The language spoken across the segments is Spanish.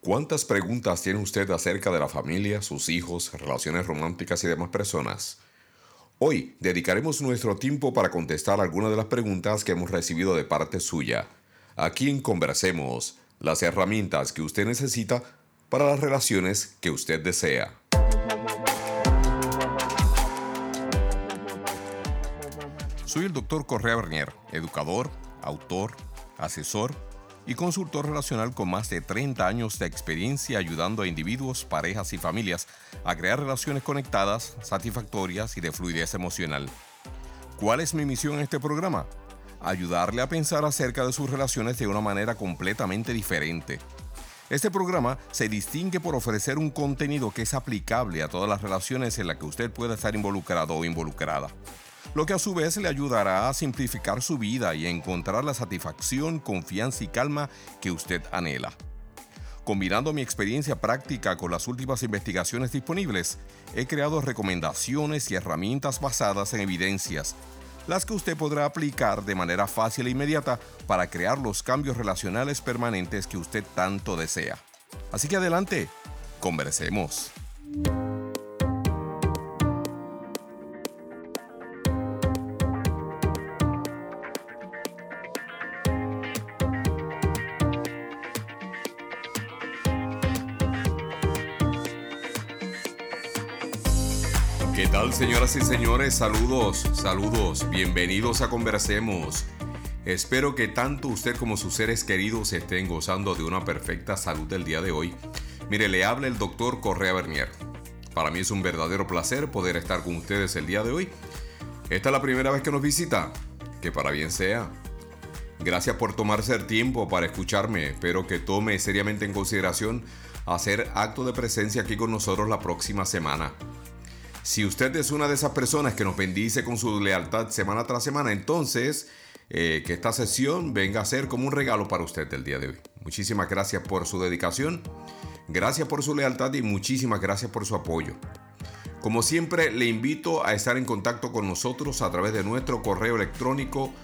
¿Cuántas preguntas tiene usted acerca de la familia, sus hijos, relaciones románticas y demás personas? Hoy dedicaremos nuestro tiempo para contestar algunas de las preguntas que hemos recibido de parte suya. Aquí en Conversemos, las herramientas que usted necesita para las relaciones que usted desea. Soy el Dr. Correa Bernier, educador, autor, asesor y consultor relacional con más de 30 años de experiencia ayudando a individuos, parejas y familias a crear relaciones conectadas, satisfactorias y de fluidez emocional. ¿Cuál es mi misión en este programa? Ayudarle a pensar acerca de sus relaciones de una manera completamente diferente. Este programa se distingue por ofrecer un contenido que es aplicable a todas las relaciones en las que usted pueda estar involucrado o involucrada, lo que a su vez le ayudará a simplificar su vida y a encontrar la satisfacción, confianza y calma que usted anhela. Combinando mi experiencia práctica con las últimas investigaciones disponibles, he creado recomendaciones y herramientas basadas en evidencias, las que usted podrá aplicar de manera fácil e inmediata para crear los cambios relacionales permanentes que usted tanto desea. Así que adelante, conversemos. ¿Qué tal, señoras y señores? Saludos, bienvenidos a Conversemos. Espero que tanto usted como sus seres queridos estén gozando de una perfecta salud el día de hoy. Mire, le habla el Dr. Correa Bernier. Para mí es un verdadero placer poder estar con ustedes el día de hoy. Esta es la primera vez que nos visita, que para bien sea. Gracias por tomarse el tiempo para escucharme. Espero que tome seriamente en consideración hacer acto de presencia aquí con nosotros la próxima semana. Si usted es una de esas personas que nos bendice con su lealtad semana tras semana, entonces que esta sesión venga a ser como un regalo para usted el día de hoy. Muchísimas gracias por su dedicación, gracias por su lealtad y muchísimas gracias por su apoyo. Como siempre, le invito a estar en contacto con nosotros a través de nuestro correo electrónico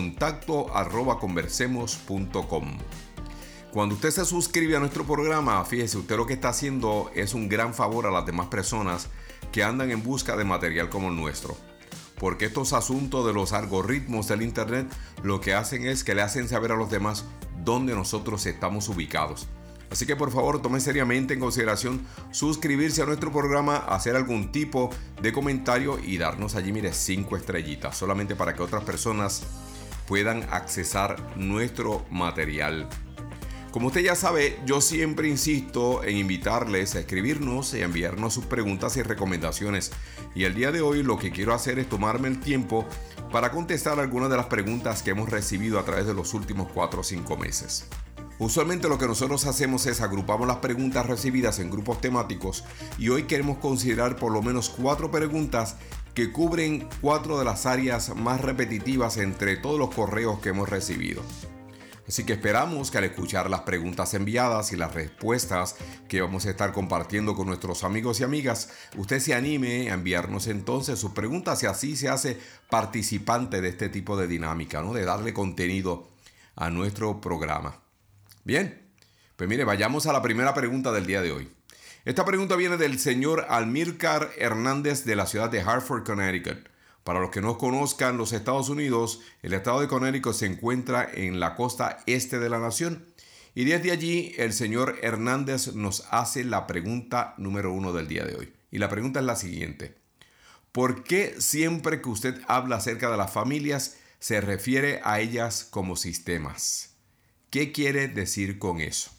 contacto@conversemos.com. Cuando usted se suscribe a nuestro programa, fíjese, usted lo que está haciendo es un gran favor a las demás personas que andan en busca de material como el nuestro. Porque estos asuntos de los algoritmos del internet lo que hacen es que le hacen saber a los demás dónde nosotros estamos ubicados. Así que por favor tome seriamente en consideración suscribirse a nuestro programa, hacer algún tipo de comentario y darnos allí, mire, 5 estrellitas, solamente para que otras personas puedan accesar nuestro material. Como usted ya sabe, yo siempre insisto en invitarles a escribirnos y a enviarnos sus preguntas y recomendaciones. Y el día de hoy lo que quiero hacer es tomarme el tiempo para contestar algunas de las preguntas que hemos recibido a través de los últimos 4 o 5 meses. Usualmente lo que nosotros hacemos es agrupamos las preguntas recibidas en grupos temáticos y hoy queremos considerar por lo menos 4 preguntas que cubren 4 de las áreas más repetitivas entre todos los correos que hemos recibido. Así que esperamos que al escuchar las preguntas enviadas y las respuestas que vamos a estar compartiendo con nuestros amigos y amigas, usted se anime a enviarnos entonces sus preguntas y así se hace participante de este tipo de dinámica, ¿no? De darle contenido a nuestro programa. Bien, pues mire, vayamos a la primera pregunta del día de hoy. Esta pregunta viene del señor Almílcar Hernández de la ciudad de Hartford, Connecticut. Para los que no conozcan los Estados Unidos, el estado de Connecticut se encuentra en la costa este de la nación. Y desde allí el señor Hernández nos hace la pregunta número 1 del día de hoy. Y la pregunta es la siguiente. ¿Por qué siempre que usted habla acerca de las familias se refiere a ellas como sistemas? ¿Qué quiere decir con eso?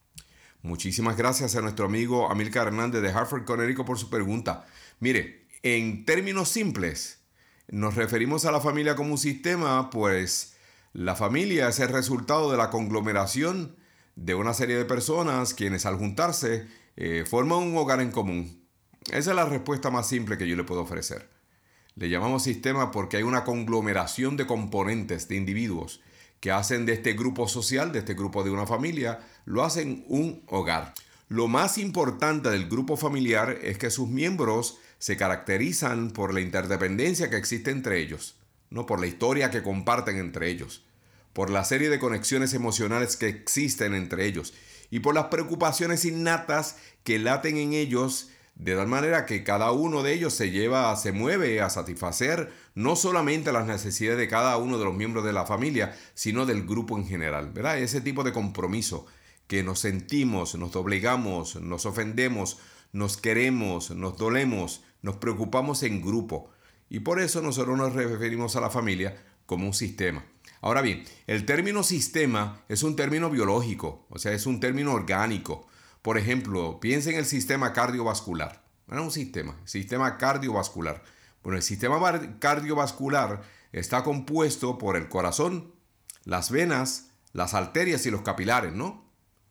Muchísimas gracias a nuestro amigo Amílcar Hernández de Hartford, Connecticut por su pregunta. Mire, en términos simples, nos referimos a la familia como un sistema, pues la familia es el resultado de la conglomeración de una serie de personas quienes al juntarse forman un hogar en común. Esa es la respuesta más simple que yo le puedo ofrecer. Le llamamos sistema porque hay una conglomeración de componentes, de individuos que hacen de este grupo social, de este grupo de una familia, lo hacen un hogar. Lo más importante del grupo familiar es que sus miembros se caracterizan por la interdependencia que existe entre ellos, no por la historia que comparten entre ellos, por la serie de conexiones emocionales que existen entre ellos y por las preocupaciones innatas que laten en ellos, de tal manera que cada uno de ellos se mueve a satisfacer no solamente las necesidades de cada uno de los miembros de la familia, sino del grupo en general, ¿verdad? Ese tipo de compromiso que nos sentimos, nos doblegamos, nos ofendemos, nos queremos, nos dolemos, nos preocupamos en grupo. Y por eso nosotros nos referimos a la familia como un sistema. Ahora bien, el término sistema es un término biológico, o sea, es un término orgánico. Por ejemplo, piensa en el sistema cardiovascular. Bueno, un sistema cardiovascular. Bueno, el sistema cardiovascular está compuesto por el corazón, las venas, las arterias y los capilares, ¿no?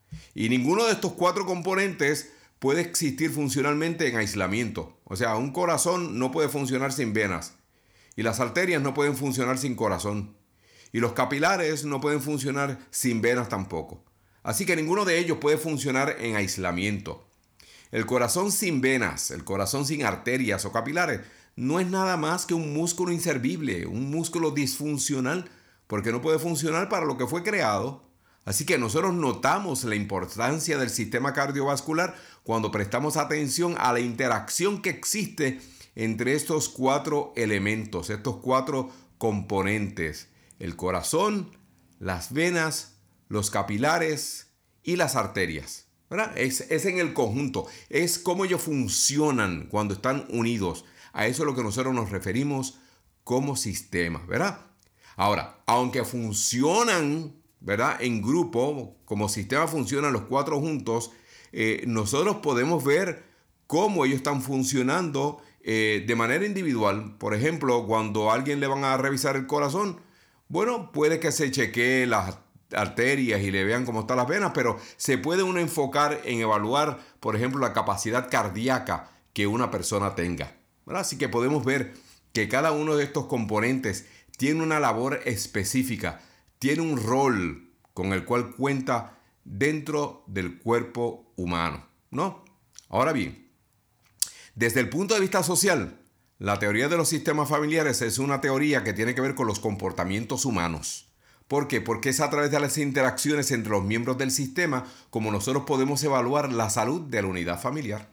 Y ninguno de estos 4 componentes puede existir funcionalmente en aislamiento. O sea, un corazón no puede funcionar sin venas. Y las arterias no pueden funcionar sin corazón. Y los capilares no pueden funcionar sin venas tampoco. Así que ninguno de ellos puede funcionar en aislamiento. El corazón sin venas, el corazón sin arterias o capilares, no es nada más que un músculo inservible, un músculo disfuncional, porque no puede funcionar para lo que fue creado. Así que nosotros notamos la importancia del sistema cardiovascular cuando prestamos atención a la interacción que existe entre estos 4 elementos, estos 4 componentes: el corazón, las venas, los capilares y las arterias, ¿verdad? Es en el conjunto, es cómo ellos funcionan cuando están unidos. A eso es lo que nosotros nos referimos como sistema, ¿verdad? Ahora, aunque funcionan, ¿verdad?, en grupo, como sistema funcionan los 4 juntos, nosotros podemos ver cómo ellos están funcionando de manera individual. Por ejemplo, cuando a alguien le van a revisar el corazón, bueno, puede que se chequee las arterias y le vean cómo están las venas, pero se puede uno enfocar en evaluar, por ejemplo, la capacidad cardíaca que una persona tenga, ¿verdad? Así que podemos ver que cada uno de estos componentes tiene una labor específica, tiene un rol con el cual cuenta dentro del cuerpo humano, ¿no? Ahora bien, desde el punto de vista social, la teoría de los sistemas familiares es una teoría que tiene que ver con los comportamientos humanos. ¿Por qué? Porque es a través de las interacciones entre los miembros del sistema como nosotros podemos evaluar la salud de la unidad familiar.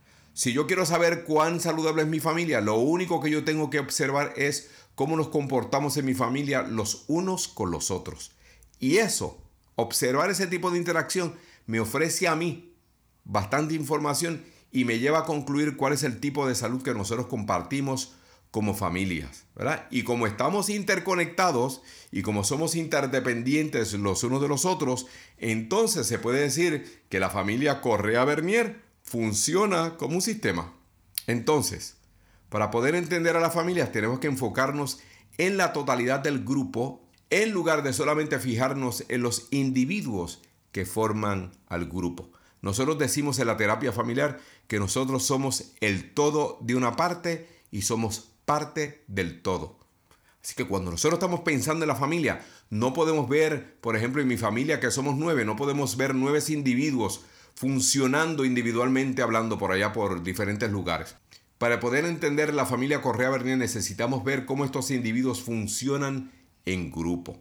Si yo quiero saber cuán saludable es mi familia, lo único que yo tengo que observar es cómo nos comportamos en mi familia los unos con los otros. Y eso, observar ese tipo de interacción, me ofrece a mí bastante información y me lleva a concluir cuál es el tipo de salud que nosotros compartimos como familias, ¿verdad? Y como estamos interconectados y como somos interdependientes los unos de los otros, entonces se puede decir que la familia Correa-Bernier funciona como un sistema. Entonces, para poder entender a las familias tenemos que enfocarnos en la totalidad del grupo en lugar de solamente fijarnos en los individuos que forman al grupo. Nosotros decimos en la terapia familiar que nosotros somos el todo de una parte y somos parte del todo. Así que cuando nosotros estamos pensando en la familia, no podemos ver, por ejemplo, en mi familia que somos 9, no podemos ver 9 individuos funcionando individualmente, hablando por allá por diferentes lugares. Para poder entender la familia Correa-Bernier necesitamos ver cómo estos individuos funcionan en grupo.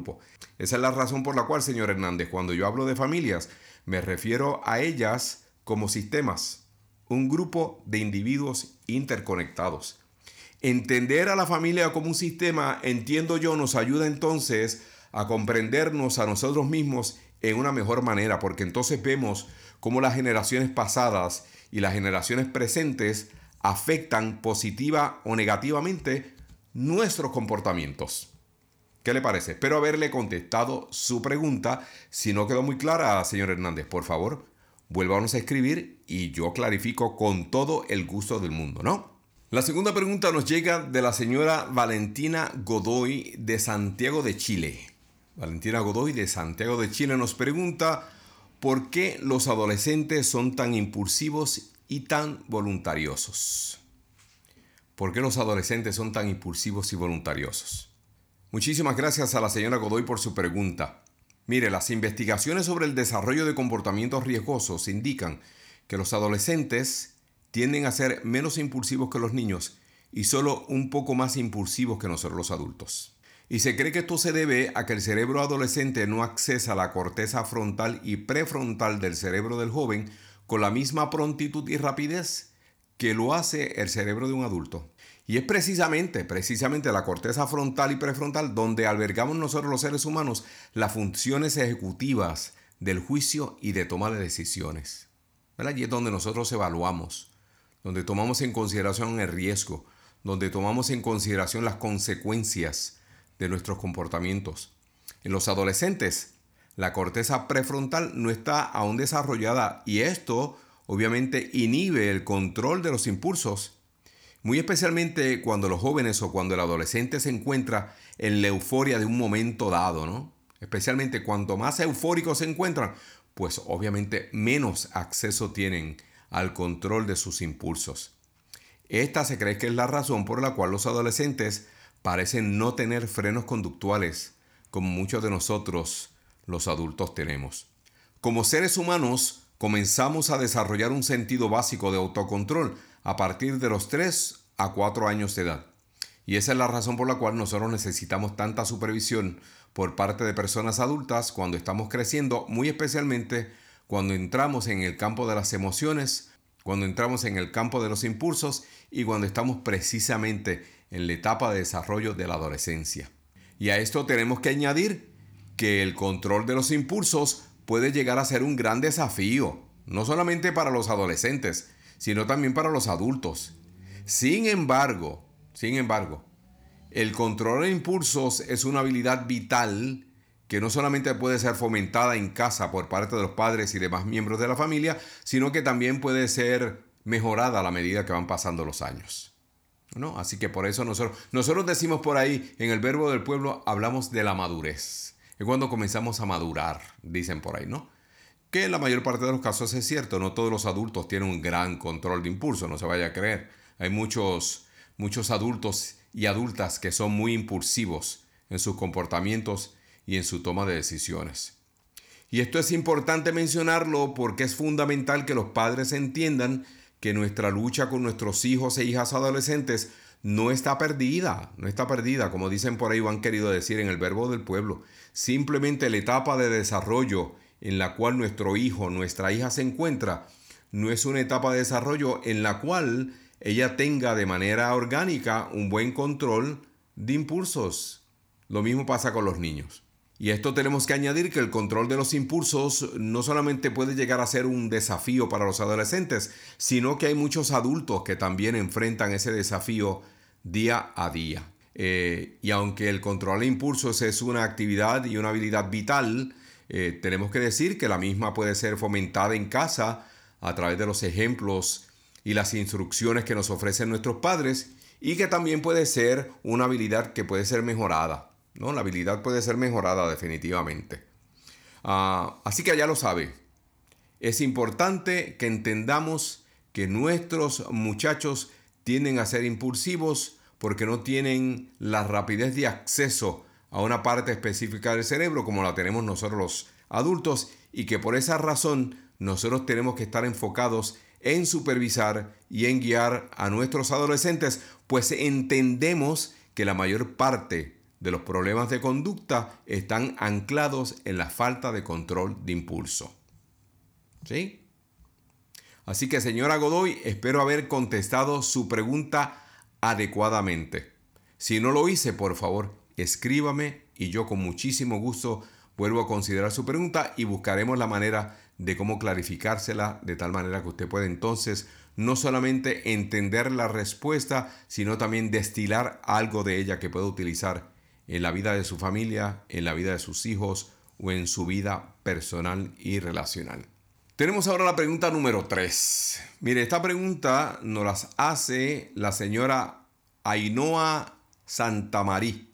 Esa es la razón por la cual, señor Hernández, cuando yo hablo de familias, me refiero a ellas como sistemas, un grupo de individuos interconectados. Entender a la familia como un sistema, entiendo yo, nos ayuda entonces a comprendernos a nosotros mismos en una mejor manera, porque entonces vemos cómo las generaciones pasadas y las generaciones presentes afectan positiva o negativamente nuestros comportamientos. ¿Qué le parece? Espero haberle contestado su pregunta. Si no quedó muy clara, señor Hernández, por favor, vuélvanos a escribir y yo clarifico con todo el gusto del mundo, ¿no? La segunda pregunta nos llega de la señora Valentina Godoy de Santiago de Chile. Valentina Godoy de Santiago de Chile nos pregunta ¿por qué los adolescentes son tan impulsivos y tan voluntariosos? ¿Por qué los adolescentes son tan impulsivos y voluntariosos? Muchísimas gracias a la señora Godoy por su pregunta. Mire, las investigaciones sobre el desarrollo de comportamientos riesgosos indican que los adolescentes tienden a ser menos impulsivos que los niños y solo un poco más impulsivos que nosotros los adultos. Y se cree que esto se debe a que el cerebro adolescente no accesa a la corteza frontal y prefrontal del cerebro del joven con la misma prontitud y rapidez que lo hace el cerebro de un adulto. Y es precisamente la corteza frontal y prefrontal donde albergamos nosotros los seres humanos las funciones ejecutivas del juicio y de toma de decisiones. ¿Verdad? Y es donde nosotros evaluamos, donde tomamos en consideración el riesgo, donde tomamos en consideración las consecuencias de nuestros comportamientos. En los adolescentes, la corteza prefrontal no está aún desarrollada y esto obviamente inhibe el control de los impulsos, muy especialmente cuando los jóvenes o cuando el adolescente se encuentra en la euforia de un momento dado, ¿no? Especialmente cuanto más eufóricos se encuentran, pues obviamente menos acceso tienen al control de sus impulsos. Esta se cree que es la razón por la cual los adolescentes parecen no tener frenos conductuales como muchos de nosotros los adultos tenemos. Como seres humanos comenzamos a desarrollar un sentido básico de autocontrol a partir de los 3 a 4 años de edad. Y esa es la razón por la cual nosotros necesitamos tanta supervisión por parte de personas adultas cuando estamos creciendo, muy especialmente cuando entramos en el campo de las emociones, cuando entramos en el campo de los impulsos y cuando estamos precisamente en la etapa de desarrollo de la adolescencia. Y a esto tenemos que añadir que el control de los impulsos puede llegar a ser un gran desafío, no solamente para los adolescentes, sino también para los adultos. Sin embargo, el control de impulsos es una habilidad vital que no solamente puede ser fomentada en casa por parte de los padres y demás miembros de la familia, sino que también puede ser mejorada a la medida que van pasando los años, ¿no? Así que por eso nosotros decimos por ahí, en el Verbo del Pueblo, hablamos de la madurez. Es cuando comenzamos a madurar, dicen por ahí, ¿no? Que en la mayor parte de los casos es cierto, no todos los adultos tienen un gran control de impulso, no se vaya a creer. Hay muchos adultos y adultas que son muy impulsivos en sus comportamientos y en su toma de decisiones. Y esto es importante mencionarlo porque es fundamental que los padres entiendan que nuestra lucha con nuestros hijos e hijas adolescentes no está perdida, como dicen por ahí o han querido decir en el Verbo del Pueblo. Simplemente la etapa de desarrollo en la cual nuestro hijo, nuestra hija se encuentra, no es una etapa de desarrollo en la cual ella tenga de manera orgánica un buen control de impulsos. Lo mismo pasa con los niños. Y a esto tenemos que añadir que el control de los impulsos no solamente puede llegar a ser un desafío para los adolescentes, sino que hay muchos adultos que también enfrentan ese desafío día a día. Y aunque el control de impulsos es una actividad y una habilidad vital, tenemos que decir que la misma puede ser fomentada en casa a través de los ejemplos y las instrucciones que nos ofrecen nuestros padres y que también puede ser una habilidad que puede ser mejorada, ¿no? La habilidad puede ser mejorada definitivamente. Así que ya lo sabe. Es importante que entendamos que nuestros muchachos tienden a ser impulsivos porque no tienen la rapidez de acceso a una parte específica del cerebro como la tenemos nosotros los adultos y que por esa razón nosotros tenemos que estar enfocados en supervisar y en guiar a nuestros adolescentes, pues entendemos que la mayor parte de los problemas de conducta están anclados en la falta de control de impulso. ¿Sí? Así que, señora Godoy, espero haber contestado su pregunta adecuadamente. Si no lo hice, por favor, escríbame y yo con muchísimo gusto vuelvo a considerar su pregunta y buscaremos la manera de cómo clarificársela de tal manera que usted pueda entonces no solamente entender la respuesta, sino también destilar algo de ella que pueda utilizar en la vida de su familia, en la vida de sus hijos o en su vida personal y relacional. Tenemos ahora la pregunta número 3. Mire, esta pregunta nos la hace la señora Ainhoa Santamarí.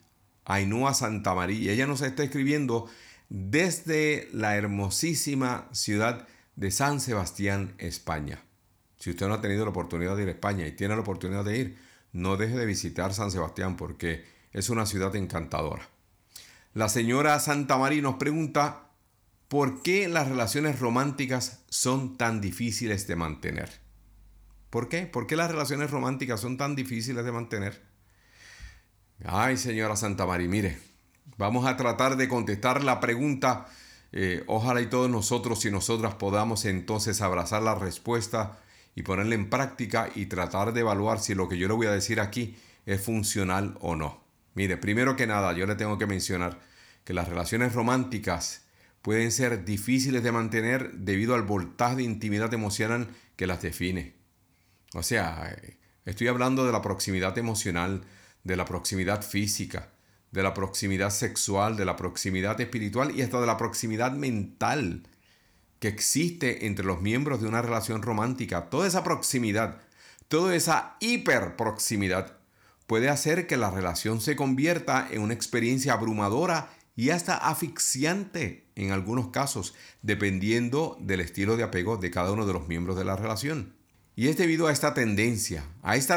Y ella nos está escribiendo desde la hermosísima ciudad de San Sebastián, España. Si usted no ha tenido la oportunidad de ir a España y tiene la oportunidad de ir, no deje de visitar San Sebastián porque es una ciudad encantadora. La señora Santamarí nos pregunta ¿por qué las relaciones románticas son tan difíciles de mantener? ¿Por qué? ¿Por qué las relaciones románticas son tan difíciles de mantener? Ay, señora Santa María, mire, vamos a tratar de contestar la pregunta. Ojalá y todos nosotros y nosotras podamos entonces abrazar la respuesta y ponerla en práctica y tratar de evaluar si lo que yo le voy a decir aquí es funcional o no. Mire, primero que nada, yo le tengo que mencionar que las relaciones románticas pueden ser difíciles de mantener debido al voltaje de intimidad emocional que las define. O sea, estoy hablando de la proximidad emocional, de la proximidad física, de la proximidad sexual, de la proximidad espiritual y hasta de la proximidad mental que existe entre los miembros de una relación romántica. Toda esa proximidad, toda esa hiperproximidad puede hacer que la relación se convierta en una experiencia abrumadora y hasta asfixiante en algunos casos, dependiendo del estilo de apego de cada uno de los miembros de la relación. Y es debido a esta tendencia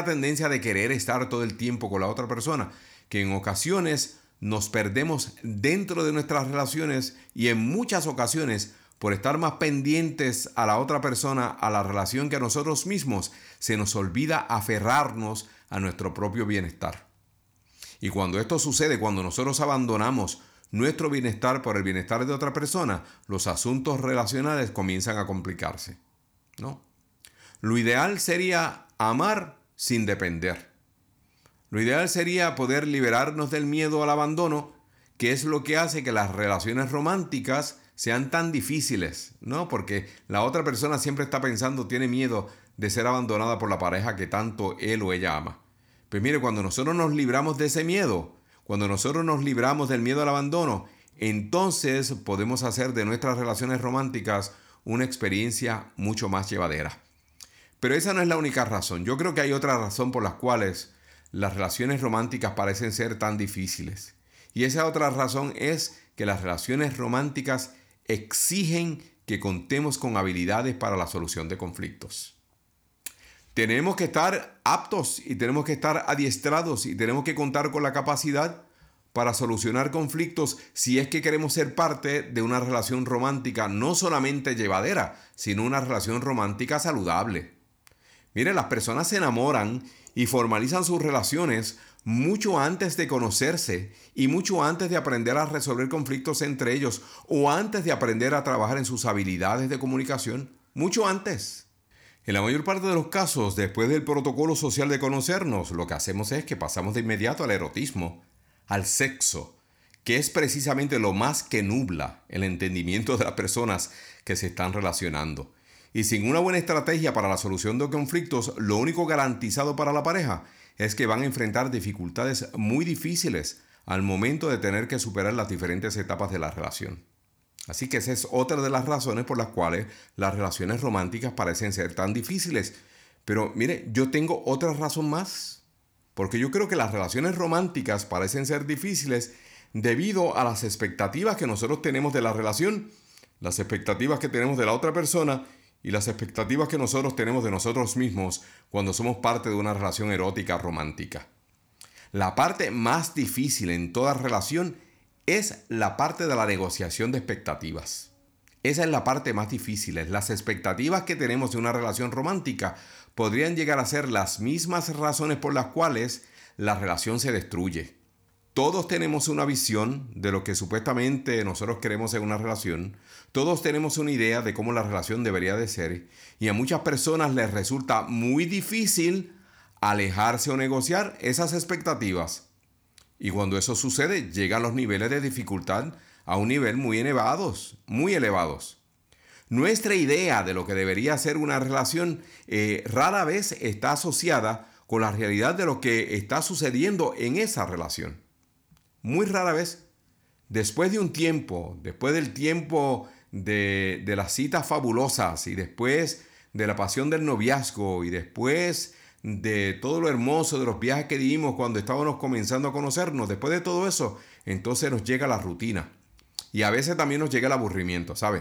de querer estar todo el tiempo con la otra persona, que en ocasiones nos perdemos dentro de nuestras relaciones y en muchas ocasiones, por estar más pendientes a la otra persona, a la relación que a nosotros mismos, se nos olvida aferrarnos a nuestro propio bienestar. Y cuando esto sucede, cuando nosotros abandonamos nuestro bienestar por el bienestar de otra persona, los asuntos relacionales comienzan a complicarse, ¿no? Lo ideal sería amar sin depender. Lo ideal sería poder liberarnos del miedo al abandono, que es lo que hace que las relaciones románticas sean tan difíciles, ¿no? Porque la otra persona siempre está pensando, tiene miedo de ser abandonada por la pareja que tanto él o ella ama. Pues mire, cuando nosotros nos libramos de ese miedo, cuando nosotros nos libramos del miedo al abandono, entonces podemos hacer de nuestras relaciones románticas una experiencia mucho más llevadera. Pero esa no es la única razón. Yo creo que hay otra razón por las cuales las relaciones románticas parecen ser tan difíciles. Y esa otra razón es que las relaciones románticas exigen que contemos con habilidades para la solución de conflictos. Tenemos que estar aptos y tenemos que estar adiestrados y tenemos que contar con la capacidad para solucionar conflictos si es que queremos ser parte de una relación romántica no solamente llevadera, sino una relación romántica saludable. Mire, las personas se enamoran y formalizan sus relaciones mucho antes de conocerse y mucho antes de aprender a resolver conflictos entre ellos o antes de aprender a trabajar en sus habilidades de comunicación. Mucho antes. En la mayor parte de los casos, después del protocolo social de conocernos, lo que hacemos es que pasamos de inmediato al erotismo, al sexo, que es precisamente lo más que nubla el entendimiento de las personas que se están relacionando. Y sin una buena estrategia para la solución de conflictos, lo único garantizado para la pareja es que van a enfrentar dificultades muy difíciles al momento de tener que superar las diferentes etapas de la relación. Así que esa es otra de las razones por las cuales las relaciones románticas parecen ser tan difíciles. Pero mire, yo tengo otra razón más. Porque yo creo que las relaciones románticas parecen ser difíciles debido a las expectativas que nosotros tenemos de la relación, las expectativas que tenemos de la otra persona y las expectativas que nosotros tenemos de nosotros mismos cuando somos parte de una relación erótica romántica. La parte más difícil en toda relación es la parte de la negociación de expectativas. Esa es la parte más difícil. Las expectativas que tenemos de una relación romántica podrían llegar a ser las mismas razones por las cuales la relación se destruye. Todos tenemos una visión de lo que supuestamente nosotros queremos en una relación. Todos tenemos una idea de cómo la relación debería de ser. Y a muchas personas les resulta muy difícil alejarse o negociar esas expectativas. Y cuando eso sucede, llegan los niveles de dificultad a un nivel muy elevados, muy elevados. Nuestra idea de lo que debería ser una relación rara vez está asociada con la realidad de lo que está sucediendo en esa relación. Muy rara vez. Después de un tiempo, después del tiempo de las citas fabulosas y después de la pasión del noviazgo y después de todo lo hermoso de los viajes que dimos cuando estábamos comenzando a conocernos, después de todo eso, entonces nos llega la rutina. Y a veces también nos llega el aburrimiento, ¿sabe?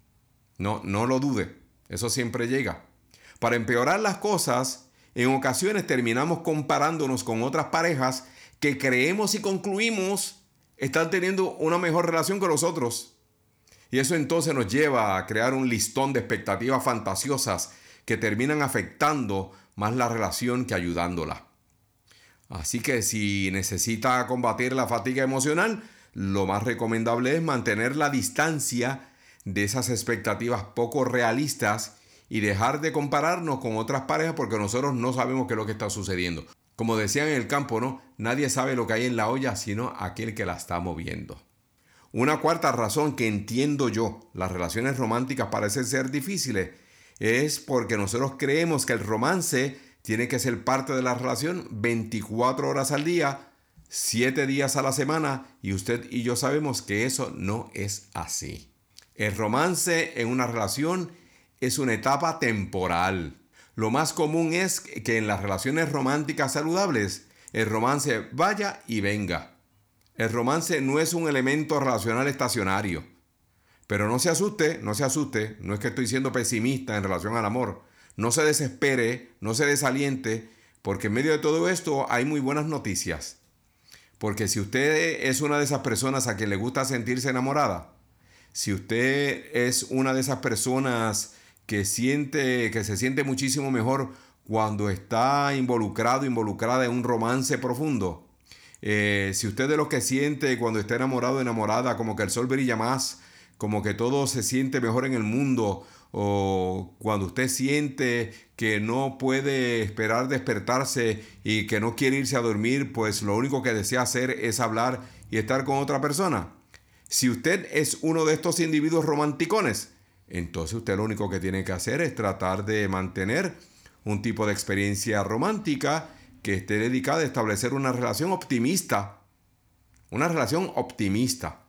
No lo dude, eso siempre llega. Para empeorar las cosas, en ocasiones terminamos comparándonos con otras parejas que creemos y concluimos están teniendo una mejor relación que nosotros. Y eso entonces nos lleva a crear un listón de expectativas fantasiosas que terminan afectando más la relación que ayudándola. Así que si necesita combatir la fatiga emocional, lo más recomendable es mantener la distancia de esas expectativas poco realistas y dejar de compararnos con otras parejas porque nosotros no sabemos qué es lo que está sucediendo. Como decían en el campo, ¿no? Nadie sabe lo que hay en la olla sino aquel que la está moviendo. Una cuarta razón que entiendo yo, las relaciones románticas parecen ser difíciles, es porque nosotros creemos que el romance tiene que ser parte de la relación 24 horas al día, 7 días a la semana, y usted y yo sabemos que eso no es así. El romance en una relación es una etapa temporal. Lo más común es que en las relaciones románticas saludables, el romance vaya y venga. El romance no es un elemento relacional estacionario. Pero no se asuste, no es que estoy siendo pesimista en relación al amor. No se desespere, no se desaliente, porque en medio de todo esto hay muy buenas noticias. Porque si usted es una de esas personas a quien le gusta sentirse enamorada, si usted es una de esas personas que se siente muchísimo mejor cuando está involucrada en un romance profundo, si usted de lo que siente cuando está enamorado, enamorada, como que el sol brilla más, como que todo se siente mejor en el mundo, o cuando usted siente que no puede esperar despertarse y que no quiere irse a dormir, pues lo único que desea hacer es hablar y estar con otra persona. Si usted es uno de estos individuos romanticones, entonces usted lo único que tiene que hacer es tratar de mantener un tipo de experiencia romántica que esté dedicada a establecer una relación optimista. Una relación optimista.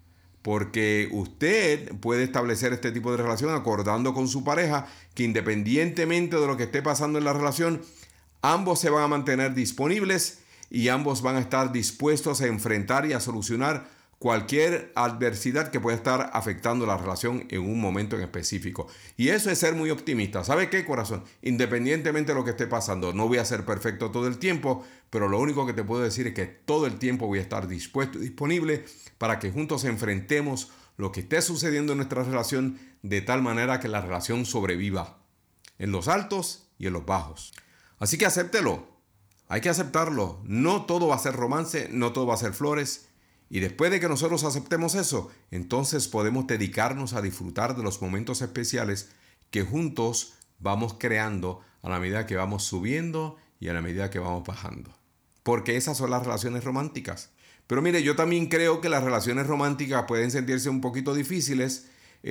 Porque usted puede establecer este tipo de relación acordando con su pareja que independientemente de lo que esté pasando en la relación, ambos se van a mantener disponibles y ambos van a estar dispuestos a enfrentar y a solucionar cualquier adversidad que pueda estar afectando la relación en un momento en específico. Y eso es ser muy optimista. ¿Sabe qué, corazón? Independientemente de lo que esté pasando, no voy a ser perfecto todo el tiempo, pero lo único que te puedo decir es que todo el tiempo voy a estar dispuesto y disponible para que juntos enfrentemos lo que esté sucediendo en nuestra relación de tal manera que la relación sobreviva en los altos y en los bajos. Así que acéptelo. Hay que aceptarlo. No todo va a ser romance, no todo va a ser flores. Y después de que nosotros aceptemos eso, entonces podemos dedicarnos a disfrutar de los momentos especiales que juntos vamos creando a la medida que vamos subiendo y a la medida que vamos bajando. Porque esas son las relaciones románticas. Pero mire, yo también creo que las relaciones románticas pueden sentirse un poquito difíciles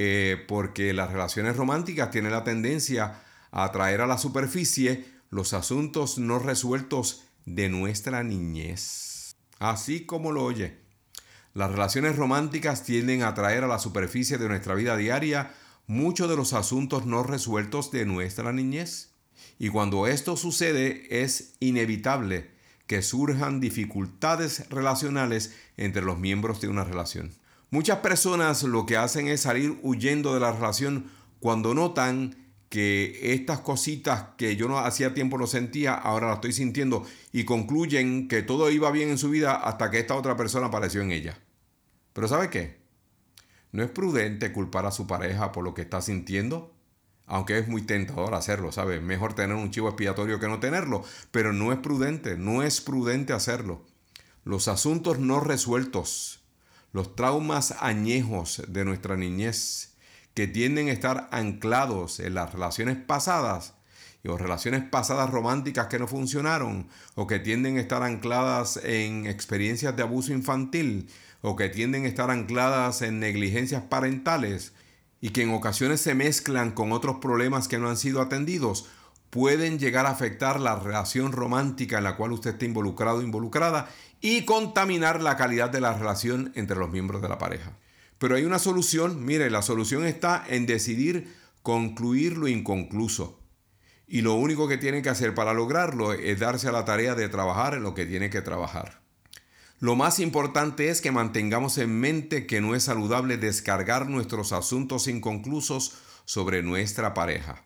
porque las relaciones románticas tienen la tendencia a traer a la superficie los asuntos no resueltos de nuestra niñez. Así como lo oye. Las relaciones románticas tienden a traer a la superficie de nuestra vida diaria muchos de los asuntos no resueltos de nuestra niñez. Y cuando esto sucede, es inevitable que surjan dificultades relacionales entre los miembros de una relación. Muchas personas lo que hacen es salir huyendo de la relación cuando notan que estas cositas que yo no hacía tiempo no sentía, ahora las estoy sintiendo, y concluyen que todo iba bien en su vida hasta que esta otra persona apareció en ella. Pero ¿sabe qué? No es prudente culpar a su pareja por lo que está sintiendo, aunque es muy tentador hacerlo, ¿sabe? Mejor tener un chivo expiatorio que no tenerlo, pero no es prudente hacerlo. Los asuntos no resueltos, los traumas añejos de nuestra niñez, que tienden a estar anclados en las relaciones pasadas, o relaciones pasadas románticas que no funcionaron, o que tienden a estar ancladas en experiencias de abuso infantil, o que tienden a estar ancladas en negligencias parentales, y que en ocasiones se mezclan con otros problemas que no han sido atendidos, pueden llegar a afectar la relación romántica en la cual usted está involucrado o involucrada y contaminar la calidad de la relación entre los miembros de la pareja. Pero hay una solución. Mire, la solución está en decidir concluir lo inconcluso. Y lo único que tiene que hacer para lograrlo es darse a la tarea de trabajar en lo que tiene que trabajar. Lo más importante es que mantengamos en mente que no es saludable descargar nuestros asuntos inconclusos sobre nuestra pareja.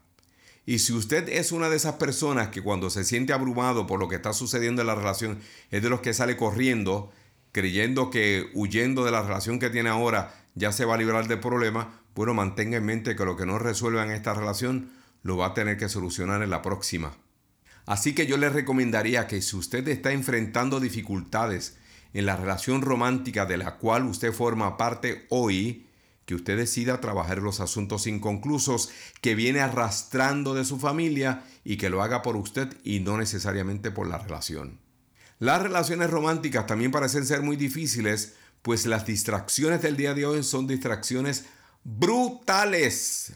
Y si usted es una de esas personas que cuando se siente abrumado por lo que está sucediendo en la relación es de los que sale corriendo, creyendo que huyendo de la relación que tiene ahora ya se va a librar del problema, bueno, mantenga en mente que lo que no resuelva en esta relación lo va a tener que solucionar en la próxima. Así que yo le recomendaría que si usted está enfrentando dificultades en la relación romántica de la cual usted forma parte hoy, que usted decida trabajar los asuntos inconclusos que viene arrastrando de su familia y que lo haga por usted y no necesariamente por la relación. Las relaciones románticas también parecen ser muy difíciles, pues las distracciones del día de hoy son distracciones brutales.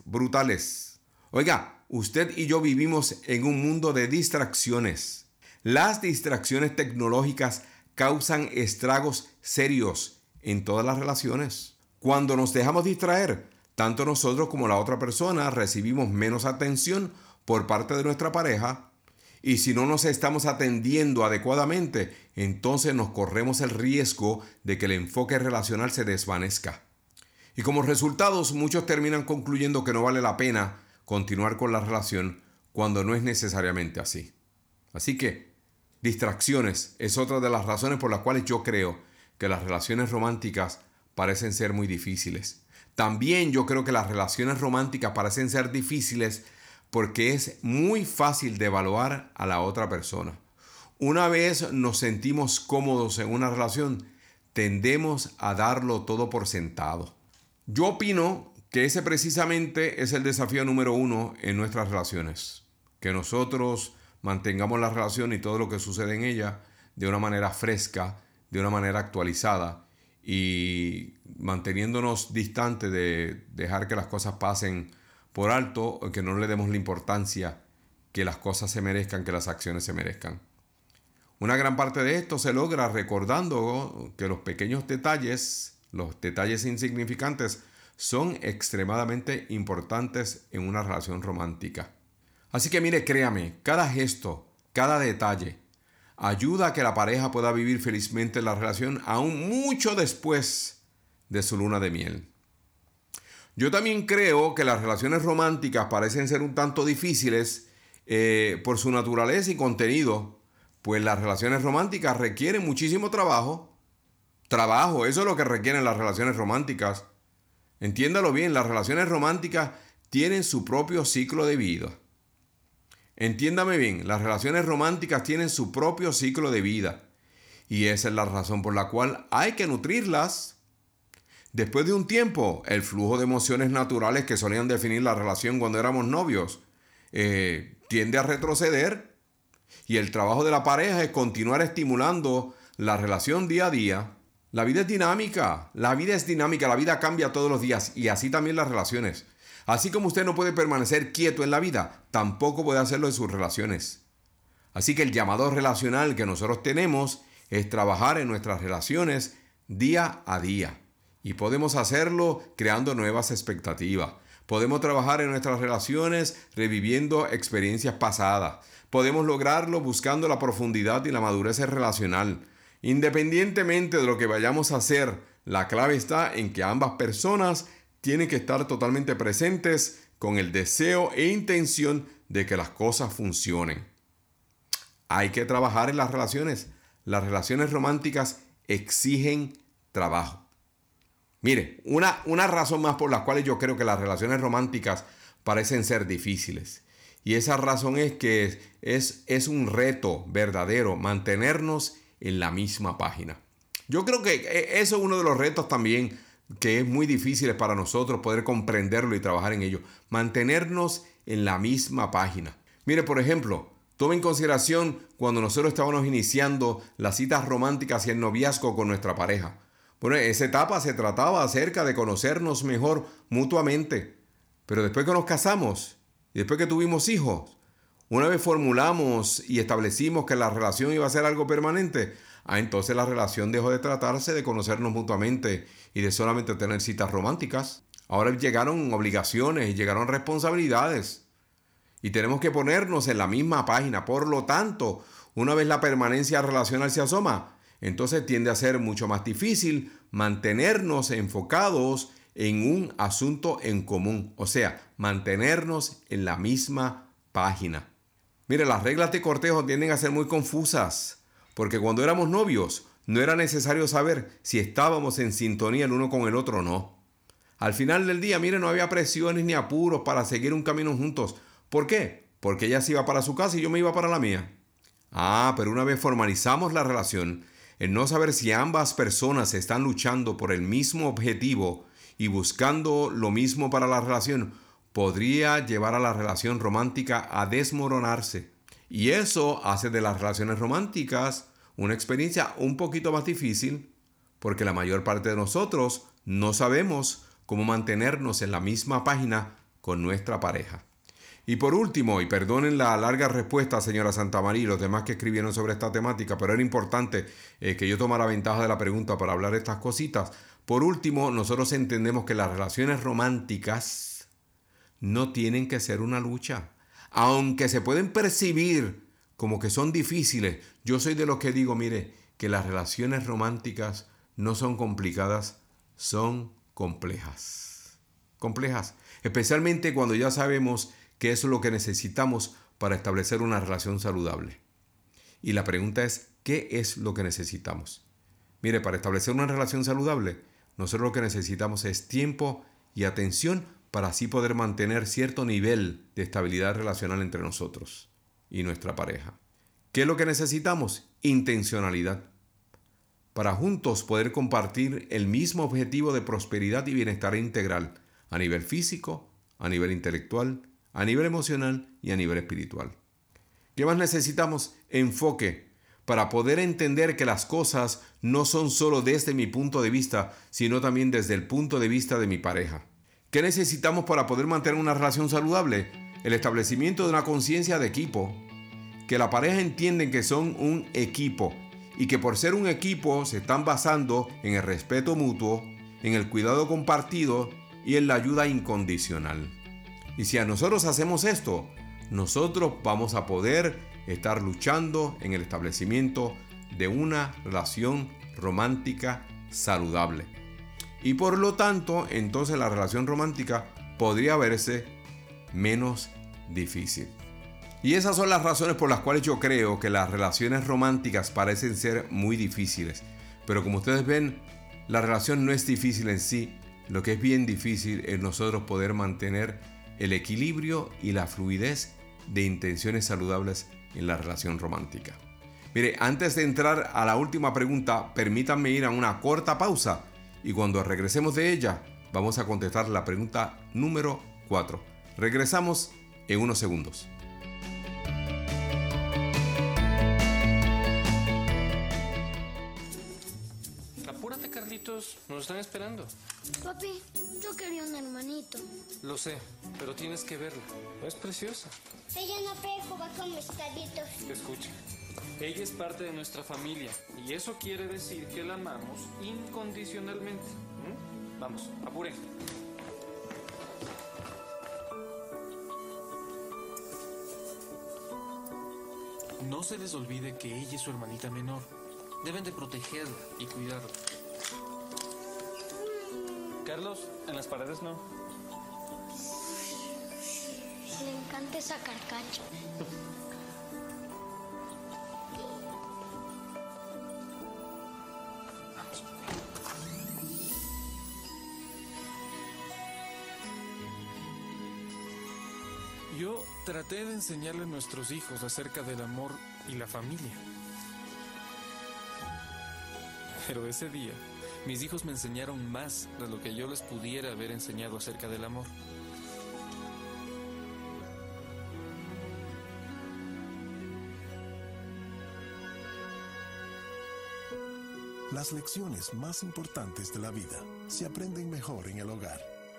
Oiga, usted y yo vivimos en un mundo de distracciones. Las distracciones tecnológicas causan estragos serios en todas las relaciones. Cuando nos dejamos distraer, tanto nosotros como la otra persona recibimos menos atención por parte de nuestra pareja. Y si no nos estamos atendiendo adecuadamente, entonces nos corremos el riesgo de que el enfoque relacional se desvanezca. Y como resultados, muchos terminan concluyendo que no vale la pena continuar con la relación cuando no es necesariamente así. Así que, distracciones es otra de las razones por las cuales yo creo que las relaciones románticas parecen ser muy difíciles. También yo creo que las relaciones románticas parecen ser difíciles porque es muy fácil de evaluar a la otra persona. Una vez nos sentimos cómodos en una relación, tendemos a darlo todo por sentado. Yo opino que ese precisamente es el desafío número 1 en nuestras relaciones. Que nosotros mantengamos la relación y todo lo que sucede en ella de una manera fresca, de una manera actualizada y manteniéndonos distantes de dejar que las cosas pasen por alto o que no le demos la importancia que las cosas se merezcan, que las acciones se merezcan. Una gran parte de esto se logra recordando que los pequeños detalles, los detalles insignificantes, son extremadamente importantes en una relación romántica. Así que mire, créame, cada gesto, cada detalle, ayuda a que la pareja pueda vivir felizmente la relación aún mucho después de su luna de miel. Yo también creo que las relaciones románticas parecen ser un tanto difíciles por su naturaleza y contenido, pues las relaciones románticas requieren muchísimo trabajo. Trabajo, eso es lo que requieren las relaciones románticas. Entiéndalo bien, las relaciones románticas tienen su propio ciclo de vida. Entiéndame bien, las relaciones románticas tienen su propio ciclo de vida. Y esa es la razón por la cual hay que nutrirlas. Después de un tiempo, el flujo de emociones naturales que solían definir la relación cuando éramos novios tiende a retroceder y el trabajo de la pareja es continuar estimulando la relación día a día. La vida es dinámica, la vida cambia todos los días y así también las relaciones. Así como usted no puede permanecer quieto en la vida, tampoco puede hacerlo en sus relaciones. Así que el llamado relacional que nosotros tenemos es trabajar en nuestras relaciones día a día. Y podemos hacerlo creando nuevas expectativas. Podemos trabajar en nuestras relaciones reviviendo experiencias pasadas. Podemos lograrlo buscando la profundidad y la madurez relacional. Independientemente de lo que vayamos a hacer, la clave está en que ambas personas tienen que estar totalmente presentes con el deseo e intención de que las cosas funcionen. Hay que trabajar en las relaciones. Las relaciones románticas exigen trabajo. Mire, una razón más por la cual yo creo que las relaciones románticas parecen ser difíciles. Y esa razón es que es un reto verdadero mantenernos en la misma página. Yo creo que eso es uno de los retos también que es muy difícil para nosotros poder comprenderlo y trabajar en ello. Mantenernos en la misma página. Mire, por ejemplo, tome en consideración cuando nosotros estábamos iniciando las citas románticas y el noviazgo con nuestra pareja. Bueno, esa etapa se trataba acerca de conocernos mejor mutuamente. Pero después que nos casamos y después que tuvimos hijos, una vez formulamos y establecimos que la relación iba a ser algo permanente, entonces la relación dejó de tratarse de conocernos mutuamente y de solamente tener citas románticas. Ahora llegaron obligaciones y llegaron responsabilidades. Y tenemos que ponernos en la misma página. Por lo tanto, una vez la permanencia relacional se asoma, entonces tiende a ser mucho más difícil mantenernos enfocados en un asunto en común. O sea, mantenernos en la misma página. Mire, las reglas de cortejo tienden a ser muy confusas, porque cuando éramos novios no era necesario saber si estábamos en sintonía el uno con el otro o no. Al final del día, mire, no había presiones ni apuros para seguir un camino juntos. ¿Por qué? porque ella se iba para su casa y yo me iba para la mía. Pero una vez formalizamos la relación, el no saber si ambas personas están luchando por el mismo objetivo y buscando lo mismo para la relación, podría llevar a la relación romántica a desmoronarse. Y eso hace de las relaciones románticas una experiencia un poquito más difícil, porque la mayor parte de nosotros no sabemos cómo mantenernos en la misma página con nuestra pareja. Y por último, y perdonen la larga respuesta, señora Santamaría y los demás que escribieron sobre esta temática, pero era importante que yo tomara ventaja de la pregunta para hablar de estas cositas. Por último, nosotros entendemos que las relaciones románticas no tienen que ser una lucha. Aunque se pueden percibir como que son difíciles, yo soy de los que digo, mire, que las relaciones románticas no son complicadas, son complejas. Complejas, especialmente cuando ya sabemos qué es lo que necesitamos para establecer una relación saludable. Y la pregunta es, ¿qué es lo que necesitamos? Mire, para establecer una relación saludable, nosotros lo que necesitamos es tiempo y atención para así poder mantener cierto nivel de estabilidad relacional entre nosotros y nuestra pareja. ¿Qué es lo que necesitamos? Intencionalidad. Para juntos poder compartir el mismo objetivo de prosperidad y bienestar integral a nivel físico, a nivel intelectual, a nivel emocional y a nivel espiritual. ¿Qué más necesitamos? Enfoque, para poder entender que las cosas no son solo desde mi punto de vista, sino también desde el punto de vista de mi pareja. ¿Qué necesitamos para poder mantener una relación saludable? El establecimiento de una conciencia de equipo, que la pareja entiende que son un equipo y que por ser un equipo se están basando en el respeto mutuo, en el cuidado compartido y en la ayuda incondicional. Y si a nosotros hacemos esto, nosotros vamos a poder estar luchando en el establecimiento de una relación romántica saludable. Y por lo tanto, entonces la relación romántica podría verse menos difícil. Y esas son las razones por las cuales yo creo que las relaciones románticas parecen ser muy difíciles. Pero como ustedes ven, la relación no es difícil en sí. Lo que es bien difícil es nosotros poder mantener el equilibrio y la fluidez de intenciones saludables en la relación romántica. Mire, antes de entrar a la última pregunta, permítanme ir a una corta pausa y cuando regresemos de ella, vamos a contestar la pregunta número 4. Regresamos en unos segundos. Apúrate, Carlitos, nos están esperando. Papi, yo quería un hermanito. Lo sé, pero tienes que verla. Es preciosa. Ella no puede jugar con mis carritos. Escucha, ella es parte de nuestra familia y eso quiere decir que la amamos incondicionalmente. Vamos, apuren. No se les olvide que ella es su hermanita menor. Deben de protegerla y cuidarla. Carlos, en las paredes no. Le encanta sacar cacho. Yo traté de enseñarle a nuestros hijos acerca del amor y la familia. Pero ese día, mis hijos me enseñaron más de lo que yo les pudiera haber enseñado acerca del amor. Las lecciones más importantes de la vida se aprenden mejor en el hogar.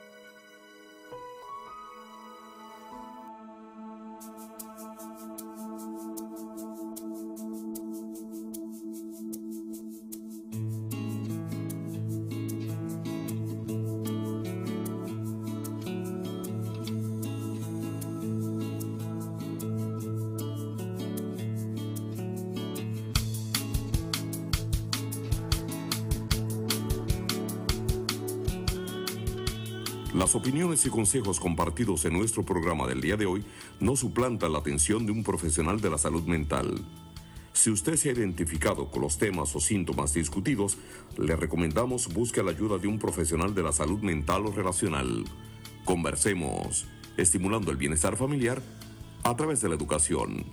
Las opiniones y consejos compartidos en nuestro programa del día de hoy no suplantan la atención de un profesional de la salud mental. Si usted se ha identificado con los temas o síntomas discutidos, le recomendamos busque la ayuda de un profesional de la salud mental o relacional. Conversemos, estimulando el bienestar familiar a través de la educación.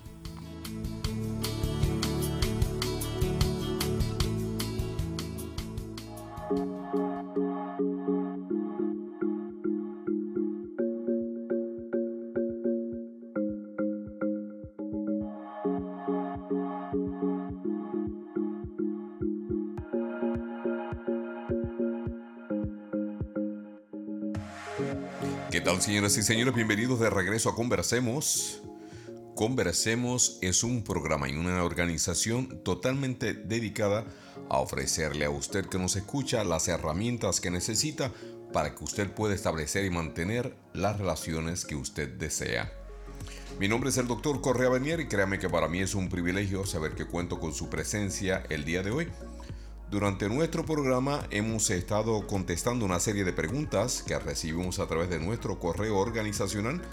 ¿Qué tal, señoras y señores? Bienvenidos de regreso a Conversemos. Conversemos es un programa y una organización totalmente dedicada a ofrecerle a usted que nos escucha las herramientas que necesita para que usted pueda establecer y mantener las relaciones que usted desea. Mi nombre es el Dr. Correa Bernier y créame que para mí es un privilegio saber que cuento con su presencia el día de hoy. Durante nuestro programa hemos estado contestando una serie de preguntas que recibimos a través de nuestro correo organizacional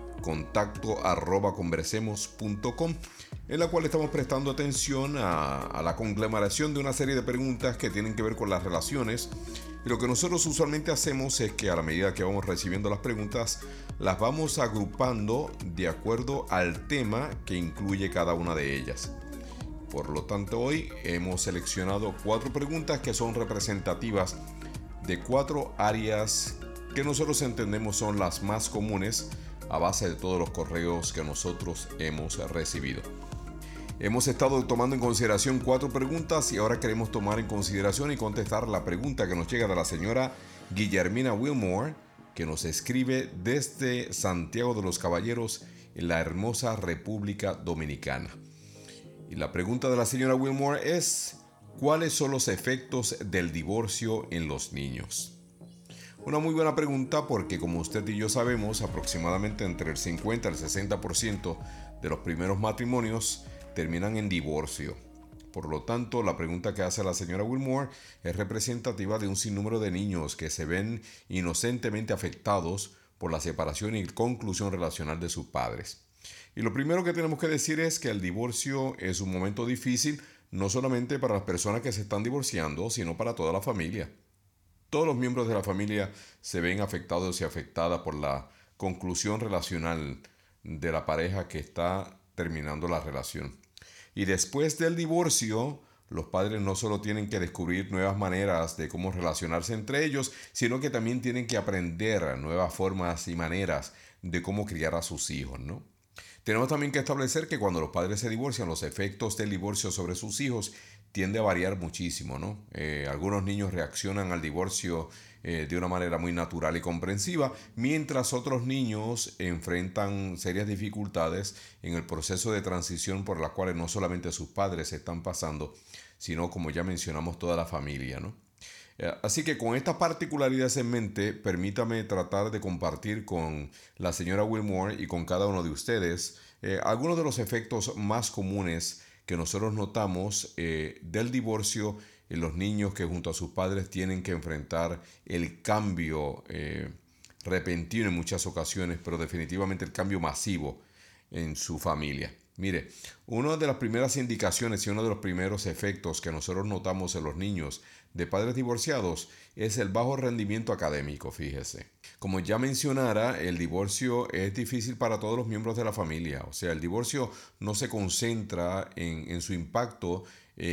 contacto@conversemos.com, en la cual estamos prestando atención a la conglomeración de una serie de preguntas que tienen que ver con las relaciones. Y lo que nosotros usualmente hacemos es que a la medida que vamos recibiendo las preguntas, las vamos agrupando de acuerdo al tema que incluye cada una de ellas. Por lo tanto, hoy hemos seleccionado 4 preguntas que son representativas de 4 áreas que nosotros entendemos son las más comunes a base de todos los correos que nosotros hemos recibido. Hemos estado tomando en consideración 4 preguntas y ahora queremos tomar en consideración y contestar la pregunta que nos llega de la señora Guillermina Wilmore, que nos escribe desde Santiago de los Caballeros, en la hermosa República Dominicana. Y la pregunta de la señora Wilmore es: ¿cuáles son los efectos del divorcio en los niños? Una muy buena pregunta porque, como usted y yo sabemos, aproximadamente entre el 50 y el 60% de los primeros matrimonios terminan en divorcio. Por lo tanto, la pregunta que hace la señora Wilmore es representativa de un sinnúmero de niños que se ven inocentemente afectados por la separación y conclusión relacional de sus padres. Y lo primero que tenemos que decir es que el divorcio es un momento difícil, no solamente para las personas que se están divorciando, sino para toda la familia. Todos los miembros de la familia se ven afectados y afectadas por la conclusión relacional de la pareja que está terminando la relación. Y después del divorcio, los padres no solo tienen que descubrir nuevas maneras de cómo relacionarse entre ellos, sino que también tienen que aprender nuevas formas y maneras de cómo criar a sus hijos, ¿no? Tenemos también que establecer que cuando los padres se divorcian, los efectos del divorcio sobre sus hijos tiende a variar muchísimo, ¿no? Algunos niños reaccionan al divorcio de una manera muy natural y comprensiva, mientras otros niños enfrentan serias dificultades en el proceso de transición por las cuales no solamente sus padres están pasando, sino, como ya mencionamos, toda la familia, ¿no? Así que con estas particularidades en mente, permítame tratar de compartir con la señora Wilmore y con cada uno de ustedes algunos de los efectos más comunes que nosotros notamos del divorcio en los niños que junto a sus padres tienen que enfrentar el cambio repentino en muchas ocasiones, pero definitivamente el cambio masivo en su familia. Mire, una de las primeras indicaciones y uno de los primeros efectos que nosotros notamos en los niños de padres divorciados es el bajo rendimiento académico, fíjese. Como ya mencionara, el divorcio es difícil para todos los miembros de la familia. O sea, el divorcio no se concentra en su impacto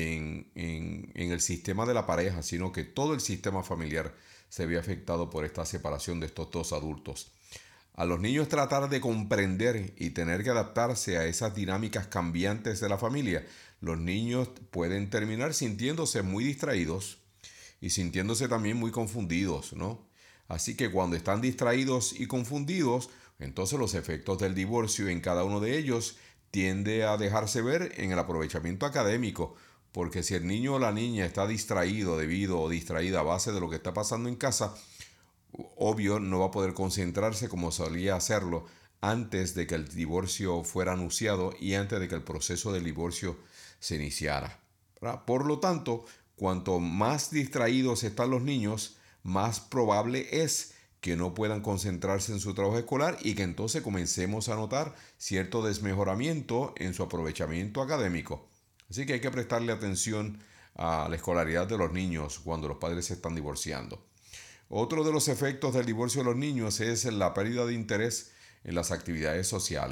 en el sistema de la pareja, sino que todo el sistema familiar se ve afectado por esta separación de estos dos adultos. A los niños tratar de comprender y tener que adaptarse a esas dinámicas cambiantes de la familia, los niños pueden terminar sintiéndose muy distraídos y sintiéndose también muy confundidos, ¿no? Así que cuando están distraídos y confundidos, entonces los efectos del divorcio en cada uno de ellos tiende a dejarse ver en el aprovechamiento académico, porque si el niño o la niña está distraído debido o distraída a base de lo que está pasando en casa, obvio no va a poder concentrarse como solía hacerlo antes de que el divorcio fuera anunciado y antes de que el proceso del divorcio se iniciara, ¿verdad? Por lo tanto, cuanto más distraídos están los niños, más probable es que no puedan concentrarse en su trabajo escolar y que entonces comencemos a notar cierto desmejoramiento en su aprovechamiento académico. Así que hay que prestarle atención a la escolaridad de los niños cuando los padres se están divorciando. Otro de los efectos del divorcio de los niños es la pérdida de interés en las actividades sociales.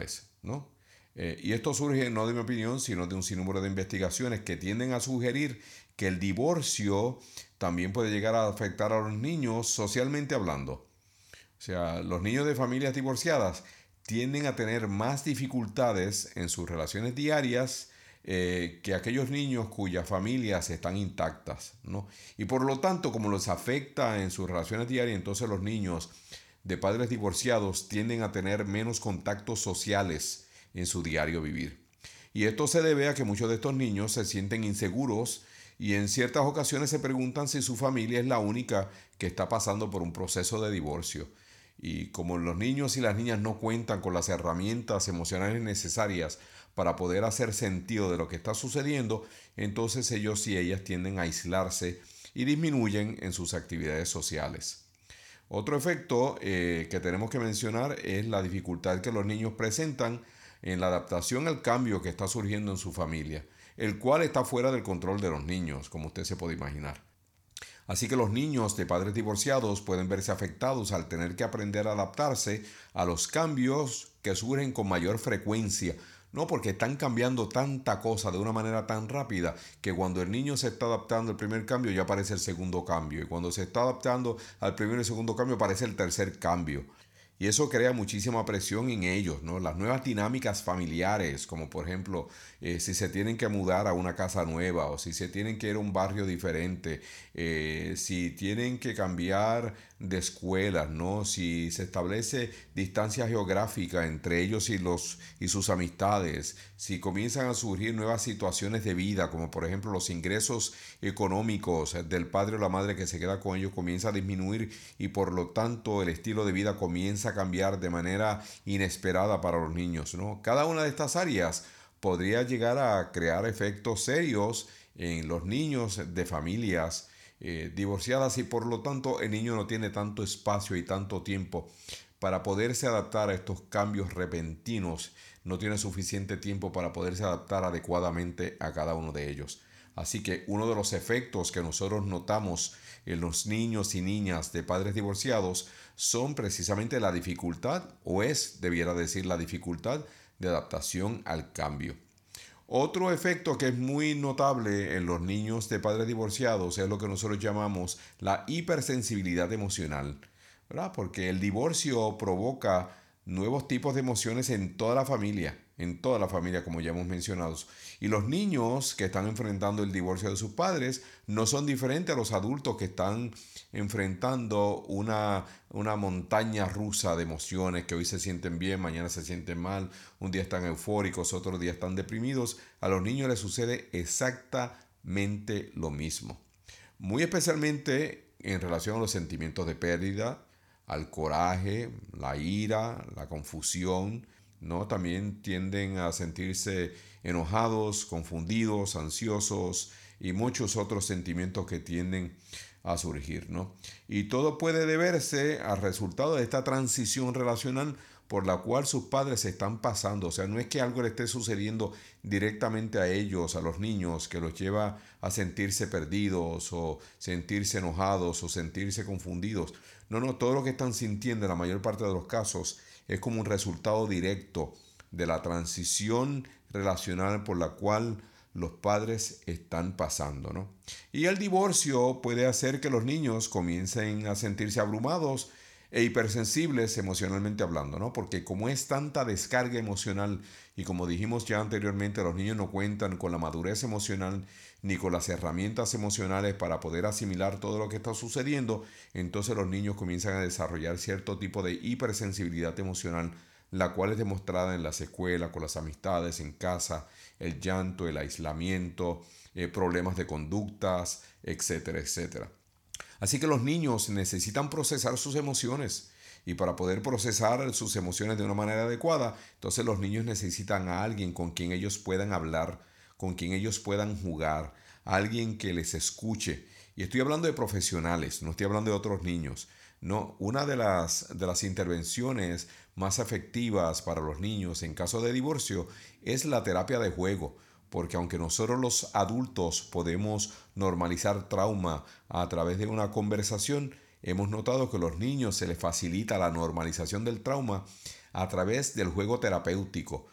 ¿no? Y esto surge no de mi opinión, sino de un sinnúmero de investigaciones que tienden a sugerir que el divorcio también puede llegar a afectar a los niños socialmente hablando. O sea, los niños de familias divorciadas tienden a tener más dificultades en sus relaciones diarias que aquellos niños cuyas familias están intactas, ¿no? Y por lo tanto, como los afecta en sus relaciones diarias, entonces los niños de padres divorciados tienden a tener menos contactos sociales en su diario vivir. Y esto se debe a que muchos de estos niños se sienten inseguros y en ciertas ocasiones se preguntan si su familia es la única que está pasando por un proceso de divorcio. Y como los niños y las niñas no cuentan con las herramientas emocionales necesarias para poder hacer sentido de lo que está sucediendo, entonces ellos y ellas tienden a aislarse y disminuyen en sus actividades sociales. Otro efecto que tenemos que mencionar es la dificultad que los niños presentan en la adaptación al cambio que está surgiendo en su familia, el cual está fuera del control de los niños, como usted se puede imaginar. Así que los niños de padres divorciados pueden verse afectados al tener que aprender a adaptarse a los cambios que surgen con mayor frecuencia, no porque están cambiando tanta cosa de una manera tan rápida que cuando el niño se está adaptando al primer cambio ya aparece el segundo cambio y cuando se está adaptando al primer y segundo cambio aparece el tercer cambio. Y eso crea muchísima presión en ellos, ¿no? Las nuevas dinámicas familiares, como por ejemplo, si se tienen que mudar a una casa nueva o si se tienen que ir a un barrio diferente, si tienen que cambiar de escuelas, ¿no? Si se establece distancia geográfica entre ellos y sus amistades, si comienzan a surgir nuevas situaciones de vida, como por ejemplo los ingresos económicos del padre o la madre que se queda con ellos comienza a disminuir y por lo tanto el estilo de vida comienza a cambiar de manera inesperada para los niños, ¿no? Cada una de estas áreas podría llegar a crear efectos serios en los niños de familias divorciadas y por lo tanto el niño no tiene tanto espacio y tanto tiempo para poderse adaptar a estos cambios repentinos, no tiene suficiente tiempo para poderse adaptar adecuadamente a cada uno de ellos. Así que uno de los efectos que nosotros notamos en los niños y niñas de padres divorciados son precisamente la dificultad, debiera decir, la dificultad de adaptación al cambio. Otro efecto que es muy notable en los niños de padres divorciados es lo que nosotros llamamos la hipersensibilidad emocional, ¿verdad? Porque el divorcio provoca nuevos tipos de emociones en toda la familia, como ya hemos mencionado. Y los niños que están enfrentando el divorcio de sus padres no son diferentes a los adultos que están enfrentando una montaña rusa de emociones que hoy se sienten bien, mañana se sienten mal, un día están eufóricos, otro día están deprimidos. A los niños les sucede exactamente lo mismo. Muy especialmente en relación a los sentimientos de pérdida, al coraje, la ira, la confusión, ¿no? También tienden a sentirse enojados, confundidos, ansiosos y muchos otros sentimientos que tienden a surgir, ¿no? Y todo puede deberse al resultado de esta transición relacional por la cual sus padres están pasando. O sea, no es que algo le esté sucediendo directamente a ellos, a los niños, que los lleva a sentirse perdidos o sentirse enojados o sentirse confundidos. No, todo lo que están sintiendo en la mayor parte de los casos es como un resultado directo de la transición relacional por la cual los padres están pasando, ¿no? Y el divorcio puede hacer que los niños comiencen a sentirse abrumados e hipersensibles emocionalmente hablando, ¿no? Porque como es tanta descarga emocional y como dijimos ya anteriormente, los niños no cuentan con la madurez emocional ni con las herramientas emocionales para poder asimilar todo lo que está sucediendo, entonces los niños comienzan a desarrollar cierto tipo de hipersensibilidad emocional, la cual es demostrada en las escuelas, con las amistades, en casa, el llanto, el aislamiento, problemas de conductas, etcétera, etcétera. Así que los niños necesitan procesar sus emociones y para poder procesar sus emociones de una manera adecuada, entonces los niños necesitan a alguien con quien ellos puedan hablar, con quien ellos puedan jugar, a alguien que les escuche. Y estoy hablando de profesionales, no estoy hablando de otros niños. No, una de las intervenciones más efectivas para los niños en caso de divorcio es la terapia de juego. Porque aunque nosotros los adultos podemos normalizar trauma a través de una conversación, hemos notado que a los niños se les facilita la normalización del trauma a través del juego terapéutico.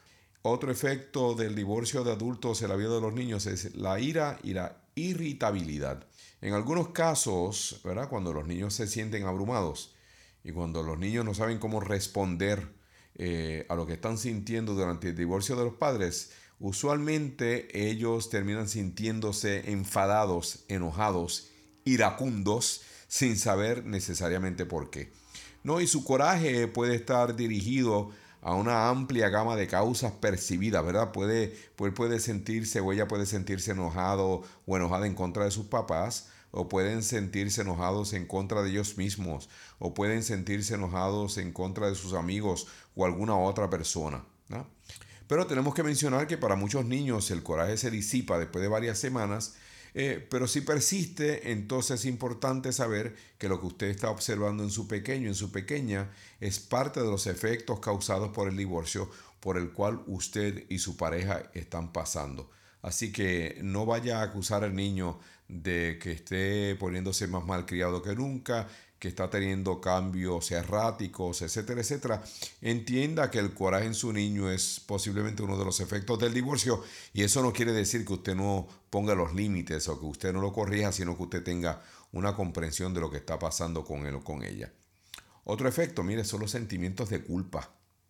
Otro efecto del divorcio de adultos en la vida de los niños es la ira y la irritabilidad. En algunos casos, ¿verdad?, cuando los niños se sienten abrumados y cuando los niños no saben cómo responder a lo que están sintiendo durante el divorcio de los padres, usualmente ellos terminan sintiéndose enfadados, enojados, iracundos, sin saber necesariamente por qué. No, y su coraje puede estar dirigido a una amplia gama de causas percibidas, ¿verdad? Él puede sentirse o ella puede sentirse enojado o enojada en contra de sus papás, o pueden sentirse enojados en contra de ellos mismos, o pueden sentirse enojados en contra de sus amigos o alguna otra persona, ¿no? Pero tenemos que mencionar que para muchos niños el coraje se disipa después de varias semanas, pero si persiste, entonces es importante saber que lo que usted está observando en su pequeño, en su pequeña, es parte de los efectos causados por el divorcio por el cual usted y su pareja están pasando. Así que no vaya a acusar al niño de que esté poniéndose más malcriado que nunca, que está teniendo cambios erráticos, etcétera, etcétera. Entienda que el coraje en su niño es posiblemente uno de los efectos del divorcio, y eso no quiere decir que usted no ponga los límites o que usted no lo corrija, sino que usted tenga una comprensión de lo que está pasando con él o con ella. Otro efecto, mire, son los sentimientos de culpa.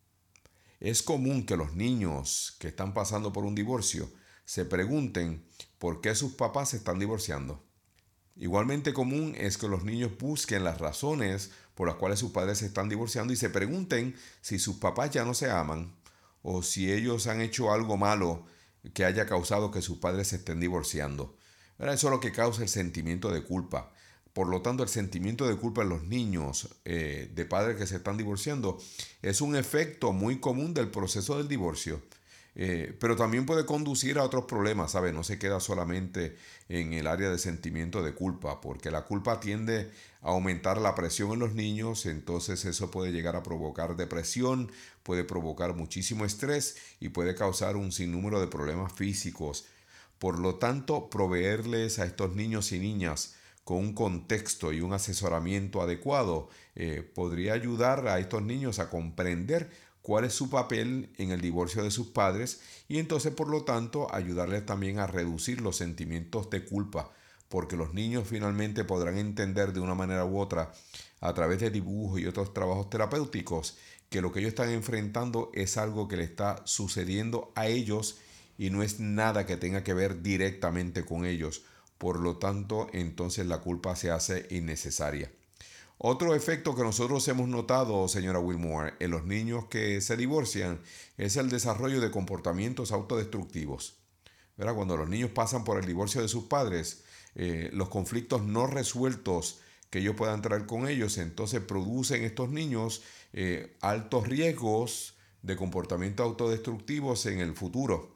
Es común que los niños que están pasando por un divorcio se pregunten por qué sus papás se están divorciando. Igualmente común es que los niños busquen las razones por las cuales sus padres se están divorciando y se pregunten si sus papás ya no se aman o si ellos han hecho algo malo que haya causado que sus padres se estén divorciando. Eso es lo que causa el sentimiento de culpa. Por lo tanto, el sentimiento de culpa en los niños de padres que se están divorciando es un efecto muy común del proceso del divorcio. Pero también puede conducir a otros problemas, ¿sabe? No se queda solamente en el área de sentimiento de culpa, porque la culpa tiende a aumentar la presión en los niños, entonces eso puede llegar a provocar depresión, puede provocar muchísimo estrés y puede causar un sinnúmero de problemas físicos. Por lo tanto, proveerles a estos niños y niñas con un contexto y un asesoramiento adecuado podría ayudar a estos niños a comprender cuál es su papel en el divorcio de sus padres y entonces por lo tanto ayudarles también a reducir los sentimientos de culpa, porque los niños finalmente podrán entender de una manera u otra a través de dibujos y otros trabajos terapéuticos que lo que ellos están enfrentando es algo que le está sucediendo a ellos y no es nada que tenga que ver directamente con ellos. Por lo tanto, entonces la culpa se hace innecesaria. Otro efecto que nosotros hemos notado, señora Wilmore, en los niños que se divorcian es el desarrollo de comportamientos autodestructivos. ¿Verdad? Cuando los niños pasan por el divorcio de sus padres, los conflictos no resueltos que ellos puedan traer con ellos, entonces producen estos niños altos riesgos de comportamientos autodestructivos en el futuro.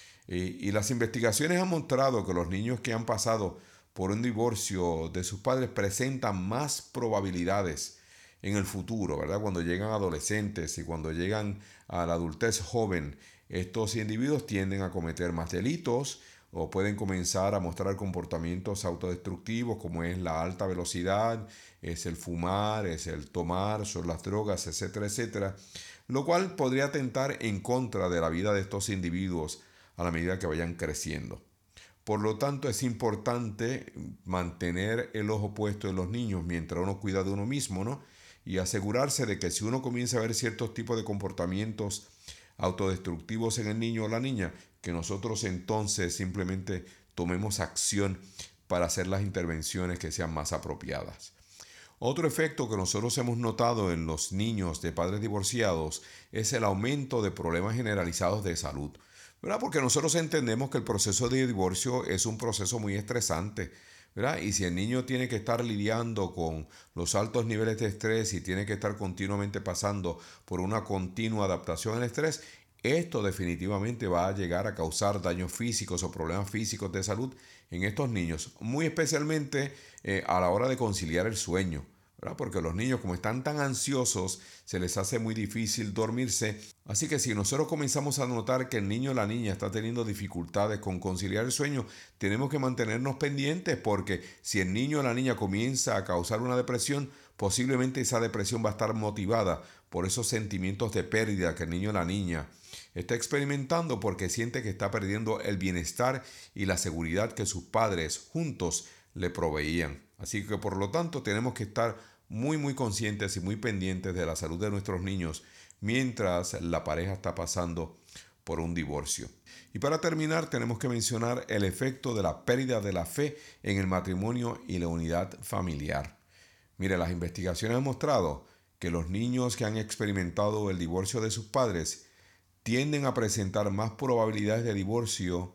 Y las investigaciones han mostrado que los niños que han pasado por un divorcio de sus padres presentan más probabilidades en el futuro, ¿verdad? Cuando llegan adolescentes y cuando llegan a la adultez joven, estos individuos tienden a cometer más delitos o pueden comenzar a mostrar comportamientos autodestructivos como es la alta velocidad, es el fumar, es el tomar, son las drogas, etcétera, etcétera, lo cual podría atentar en contra de la vida de estos individuos a la medida que vayan creciendo. Por lo tanto, es importante mantener el ojo puesto en los niños mientras uno cuida de uno mismo, ¿no? Y asegurarse de que si uno comienza a ver ciertos tipos de comportamientos autodestructivos en el niño o la niña, que nosotros entonces simplemente tomemos acción para hacer las intervenciones que sean más apropiadas. Otro efecto que nosotros hemos notado en los niños de padres divorciados es el aumento de problemas generalizados de salud, ¿verdad? Porque nosotros entendemos que el proceso de divorcio es un proceso muy estresante, ¿verdad? Y si el niño tiene que estar lidiando con los altos niveles de estrés y tiene que estar continuamente pasando por una continua adaptación al estrés, esto definitivamente va a llegar a causar daños físicos o problemas físicos de salud en estos niños, muy especialmente a la hora de conciliar el sueño, ¿verdad? Porque los niños, como están tan ansiosos, se les hace muy difícil dormirse. Así que si nosotros comenzamos a notar que el niño o la niña está teniendo dificultades con conciliar el sueño, tenemos que mantenernos pendientes, porque si el niño o la niña comienza a causar una depresión, posiblemente esa depresión va a estar motivada por esos sentimientos de pérdida que el niño o la niña está experimentando porque siente que está perdiendo el bienestar y la seguridad que sus padres juntos le proveían. Así que por lo tanto tenemos que estar muy conscientes y muy pendientes de la salud de nuestros niños mientras la pareja está pasando por un divorcio. Y para terminar tenemos que mencionar el efecto de la pérdida de la fe en el matrimonio y la unidad familiar. Mire, las investigaciones han mostrado que los niños que han experimentado el divorcio de sus padres tienden a presentar más probabilidades de divorcio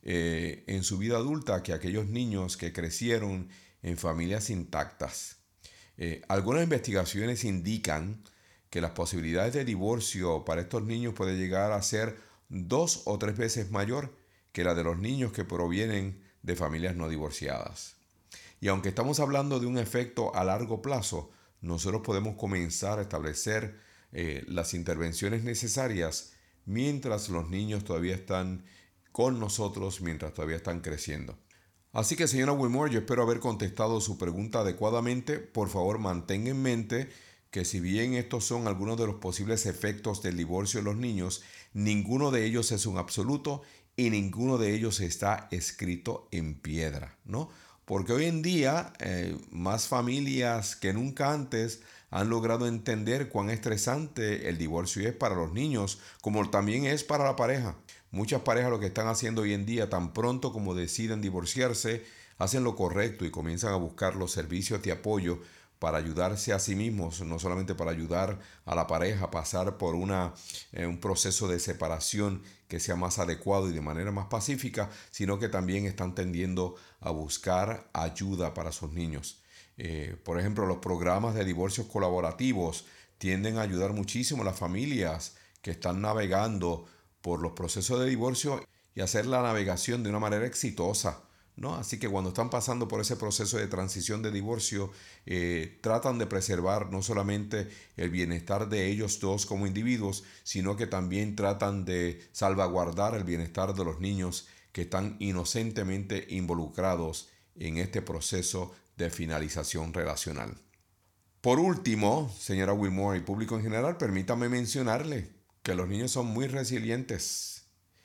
en su vida adulta que aquellos niños que crecieron en familias intactas. Algunas investigaciones indican que las posibilidades de divorcio para estos niños puede llegar a ser 2 o 3 veces mayor que la de los niños que provienen de familias no divorciadas. Y aunque estamos hablando de un efecto a largo plazo, nosotros podemos comenzar a establecer las intervenciones necesarias mientras los niños todavía están con nosotros, mientras todavía están creciendo. Así que, señora Wilmore, yo espero haber contestado su pregunta adecuadamente. Por favor, mantenga en mente que si bien estos son algunos de los posibles efectos del divorcio de los niños, ninguno de ellos es un absoluto y ninguno de ellos está escrito en piedra, ¿no? Porque hoy en día más familias que nunca antes han logrado entender cuán estresante el divorcio es para los niños, como también es para la pareja. Muchas parejas lo que están haciendo hoy en día, tan pronto como deciden divorciarse, hacen lo correcto y comienzan a buscar los servicios de apoyo para ayudarse a sí mismos, no solamente para ayudar a la pareja a pasar por un proceso de separación que sea más adecuado y de manera más pacífica, sino que también están tendiendo a buscar ayuda para sus niños. Por ejemplo, los programas de divorcios colaborativos tienden a ayudar muchísimo a las familias que están navegando por los procesos de divorcio y hacer la navegación de una manera exitosa, ¿no? Así que cuando están pasando por ese proceso de transición de divorcio, tratan de preservar no solamente el bienestar de ellos dos como individuos, sino que también tratan de salvaguardar el bienestar de los niños que están inocentemente involucrados en este proceso de finalización relacional. Por último, señora Wilmore y público en general, permítame mencionarle que los niños son muy resilientes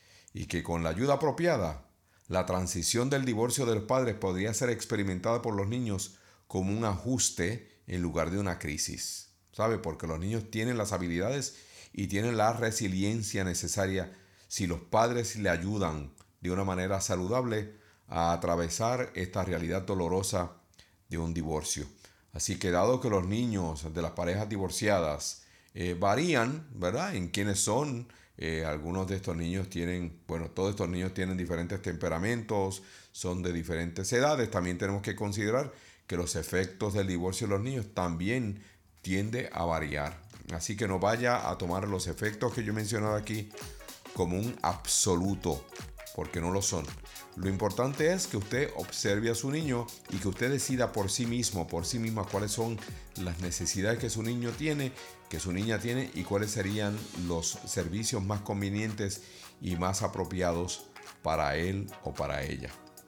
y que con la ayuda apropiada, la transición del divorcio de los padres podría ser experimentada por los niños como un ajuste en lugar de una crisis. ¿Sabe? Porque los niños tienen las habilidades y tienen la resiliencia necesaria si los padres le ayudan de una manera saludable a atravesar esta realidad dolorosa de un divorcio. Así que dado que los niños de las parejas divorciadas varían, ¿verdad?, en quiénes son. Algunos de estos niños todos estos niños tienen diferentes temperamentos, son de diferentes edades. También tenemos que considerar que los efectos del divorcio de los niños también tiende a variar. Así que no vaya a tomar los efectos que yo he mencionado aquí como un absoluto, porque no lo son. Lo importante es que usted observe a su niño y que usted decida por sí mismo, por sí misma, cuáles son las necesidades que su niño tiene, que su niña tiene y cuáles serían los servicios más convenientes y más apropiados para él o para ella.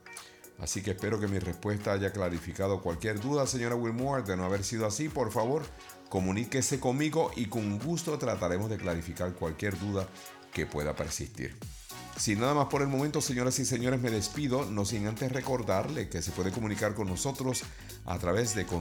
Así que espero que mi respuesta haya clarificado cualquier duda, señora Wilmore. De no haber sido así, por favor, comuníquese conmigo y con gusto trataremos de clarificar cualquier duda que pueda persistir. Sin nada más por el momento, señoras y señores, me despido, no sin antes recordarle que se puede comunicar con nosotros a través de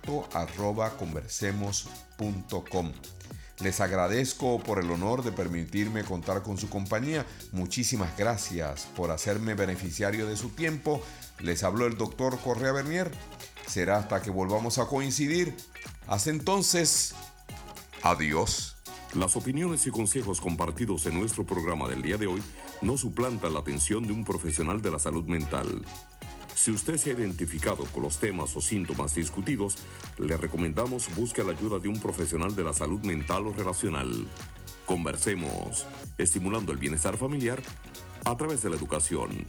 contacto@conversemos.com. Les agradezco por el honor de permitirme contar con su compañía. Muchísimas gracias por hacerme beneficiario de su tiempo. Les habló el doctor Correa Bernier. Será hasta que volvamos a coincidir. Hasta entonces, adiós. Las opiniones y consejos compartidos en nuestro programa del día de hoy no suplantan la atención de un profesional de la salud mental. Si usted se ha identificado con los temas o síntomas discutidos, le recomendamos busque la ayuda de un profesional de la salud mental o relacional. Conversemos, estimulando el bienestar familiar a través de la educación.